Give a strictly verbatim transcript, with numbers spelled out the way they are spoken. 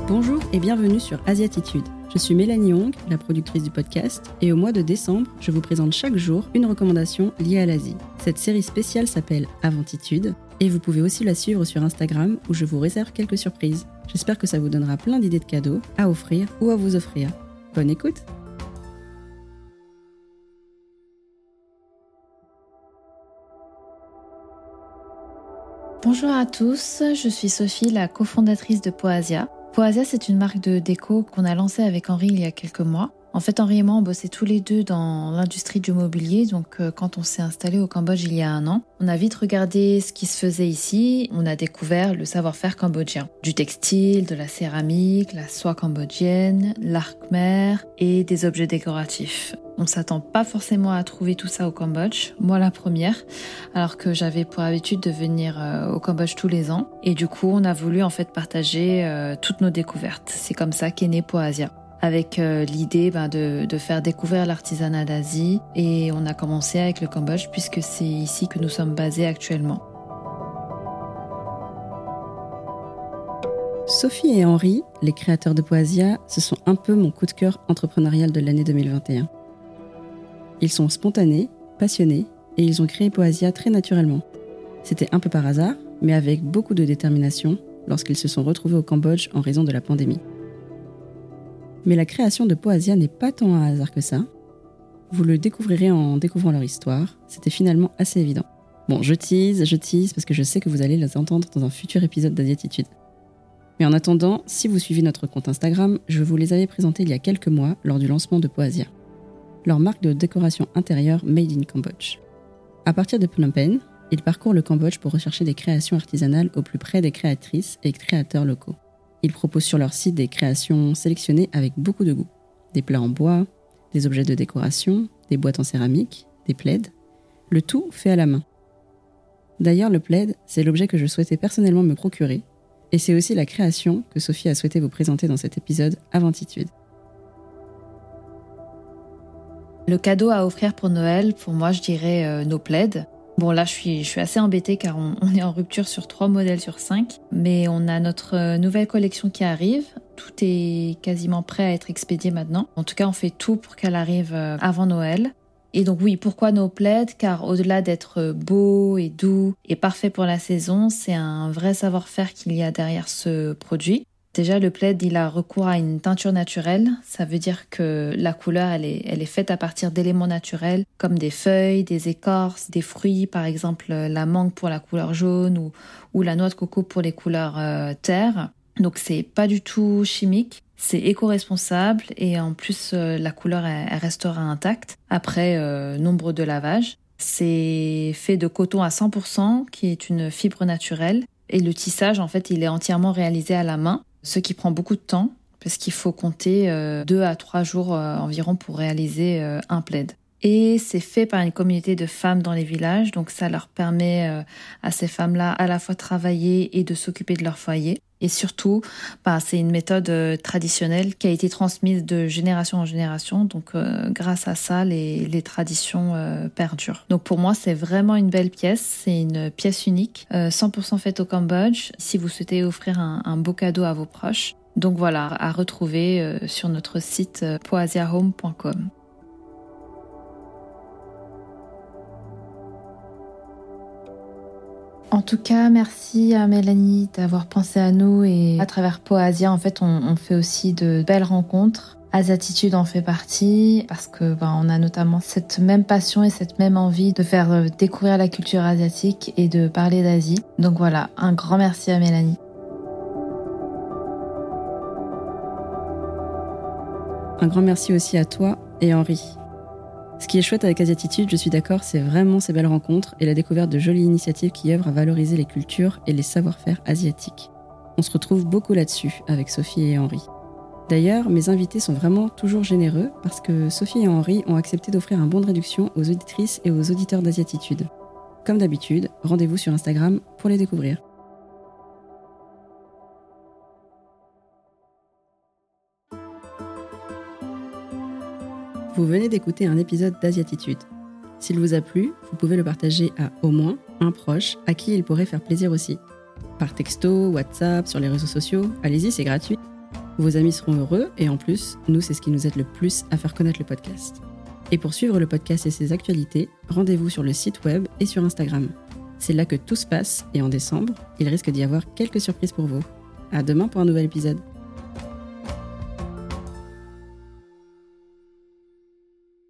Bonjour et bienvenue sur Asiatitude. Je suis Mélanie Hong, la productrice du podcast, et au mois de décembre, je vous présente chaque jour une recommandation liée à l'Asie. Cette série spéciale s'appelle Aventitude, et vous pouvez aussi la suivre sur Instagram où je vous réserve quelques surprises. J'espère que ça vous donnera plein d'idées de cadeaux à offrir ou à vous offrir. Bonne écoute! Bonjour à tous, je suis Sophie, la cofondatrice de Poasia. Poasia, c'est une marque de déco qu'on a lancée avec Henri il y a quelques mois. En fait, Henri et moi, on bossait tous les deux dans l'industrie du mobilier. Donc, euh, quand on s'est installé au Cambodge il y a un an, on a vite regardé ce qui se faisait ici. On a découvert le savoir-faire cambodgien. Du textile, de la céramique, la soie cambodgienne, l'art khmer et des objets décoratifs. On s'attend pas forcément à trouver tout ça au Cambodge, moi la première, alors que j'avais pour habitude de venir euh, au Cambodge tous les ans. Et du coup, on a voulu en fait partager euh, toutes nos découvertes. C'est comme ça qu'est né Poasia, avec euh, l'idée ben, de, de faire découvrir l'artisanat d'Asie. Et on a commencé avec le Cambodge puisque c'est ici que nous sommes basés actuellement. Sophie et Henri, les créateurs de Poasia, ce sont un peu mon coup de cœur entrepreneurial de l'année deux mille vingt et un. Ils sont spontanés, passionnés, et ils ont créé Poasia très naturellement. C'était un peu par hasard, mais avec beaucoup de détermination, lorsqu'ils se sont retrouvés au Cambodge en raison de la pandémie. Mais la création de Poasia n'est pas tant un hasard que ça. Vous le découvrirez en découvrant leur histoire, c'était finalement assez évident. Bon, je tease, je tease, parce que je sais que vous allez les entendre dans un futur épisode d'Asiatitude. Mais en attendant, si vous suivez notre compte Instagram, je vous les avais présentés il y a quelques mois lors du lancement de Poasia, leur marque de décoration intérieure Made in Cambodge. À partir de Phnom Penh, ils parcourent le Cambodge pour rechercher des créations artisanales au plus près des créatrices et créateurs locaux. Ils proposent sur leur site des créations sélectionnées avec beaucoup de goût. Des plats en bois, des objets de décoration, des boîtes en céramique, des plaids. Le tout fait à la main. D'ailleurs, le plaid, c'est l'objet que je souhaitais personnellement me procurer. Et c'est aussi la création que Sophie a souhaité vous présenter dans cet épisode Aventitude. Le cadeau à offrir pour Noël, pour moi, je dirais euh, nos plaids. Bon, là, je suis, je suis assez embêtée car on, on est en rupture sur trois modèles sur cinq. Mais on a notre euh, nouvelle collection qui arrive. Tout est quasiment prêt à être expédié maintenant. En tout cas, on fait tout pour qu'elle arrive euh, avant Noël. Et donc oui, pourquoi nos plaids? Car au-delà d'être beau et doux et parfait pour la saison, c'est un vrai savoir-faire qu'il y a derrière ce produit. Déjà, le plaid, il a recours à une teinture naturelle. Ça veut dire que la couleur, elle est, elle est faite à partir d'éléments naturels, comme des feuilles, des écorces, des fruits, par exemple la mangue pour la couleur jaune ou, ou la noix de coco pour les couleurs euh, terre. Donc, c'est pas du tout chimique. C'est éco-responsable et en plus, euh, la couleur, elle, elle restera intacte après euh, nombre de lavages. C'est fait de coton à cent pour cent, qui est une fibre naturelle. Et le tissage, en fait, il est entièrement réalisé à la main, ce qui prend beaucoup de temps, parce qu'il faut compter euh, deux à trois jours euh, environ pour réaliser euh, un plaid. Et c'est fait par une communauté de femmes dans les villages, donc ça leur permet euh, à ces femmes-là à la fois de travailler et de s'occuper de leur foyer. Et surtout, bah, c'est une méthode euh, traditionnelle qui a été transmise de génération en génération, donc euh, grâce à ça, les, les traditions euh, perdurent. Donc pour moi, c'est vraiment une belle pièce, c'est une pièce unique, euh, cent pour cent faite au Cambodge, si vous souhaitez offrir un, un beau cadeau à vos proches. Donc voilà, à retrouver euh, sur notre site euh, poasia home point com. En tout cas, merci à Mélanie d'avoir pensé à nous et à travers Poasia, en fait, on, on fait aussi de belles rencontres. Asiatitude en fait partie parce que ben, on a notamment cette même passion et cette même envie de faire découvrir la culture asiatique et de parler d'Asie. Donc voilà, un grand merci à Mélanie. Un grand merci aussi à toi et Henri. Ce qui est chouette avec Asiatitude, je suis d'accord, c'est vraiment ces belles rencontres et la découverte de jolies initiatives qui œuvrent à valoriser les cultures et les savoir-faire asiatiques. On se retrouve beaucoup là-dessus avec Sophie et Henri. D'ailleurs, mes invités sont vraiment toujours généreux parce que Sophie et Henri ont accepté d'offrir un bon de réduction aux auditrices et aux auditeurs d'Asiatitude. Comme d'habitude, rendez-vous sur Instagram pour les découvrir. Vous venez d'écouter un épisode d'Asiatitude. S'il vous a plu, vous pouvez le partager à au moins un proche à qui il pourrait faire plaisir aussi. Par texto, WhatsApp, sur les réseaux sociaux, allez-y, c'est gratuit. Vos amis seront heureux et en plus, nous, c'est ce qui nous aide le plus à faire connaître le podcast. Et pour suivre le podcast et ses actualités, rendez-vous sur le site web et sur Instagram. C'est là que tout se passe et en décembre, il risque d'y avoir quelques surprises pour vous. À demain pour un nouvel épisode.